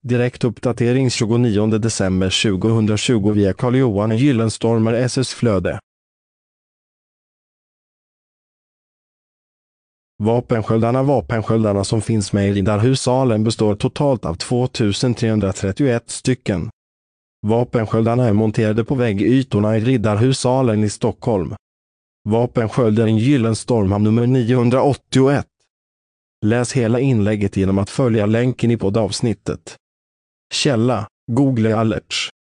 Direkt uppdatering 29 december 2020 via Carl-Johan Gyllenstormer SS Flöde. Vapensköldarna som finns med i Riddarhussalen består totalt av 2331 stycken. Vapensköldarna är monterade på väggytorna i Riddarhussalen i Stockholm. Vapenskölden Gyllenstorm har nummer 981. Läs hela inlägget genom att följa länken i poddavsnittet. Källa: Google Alerts.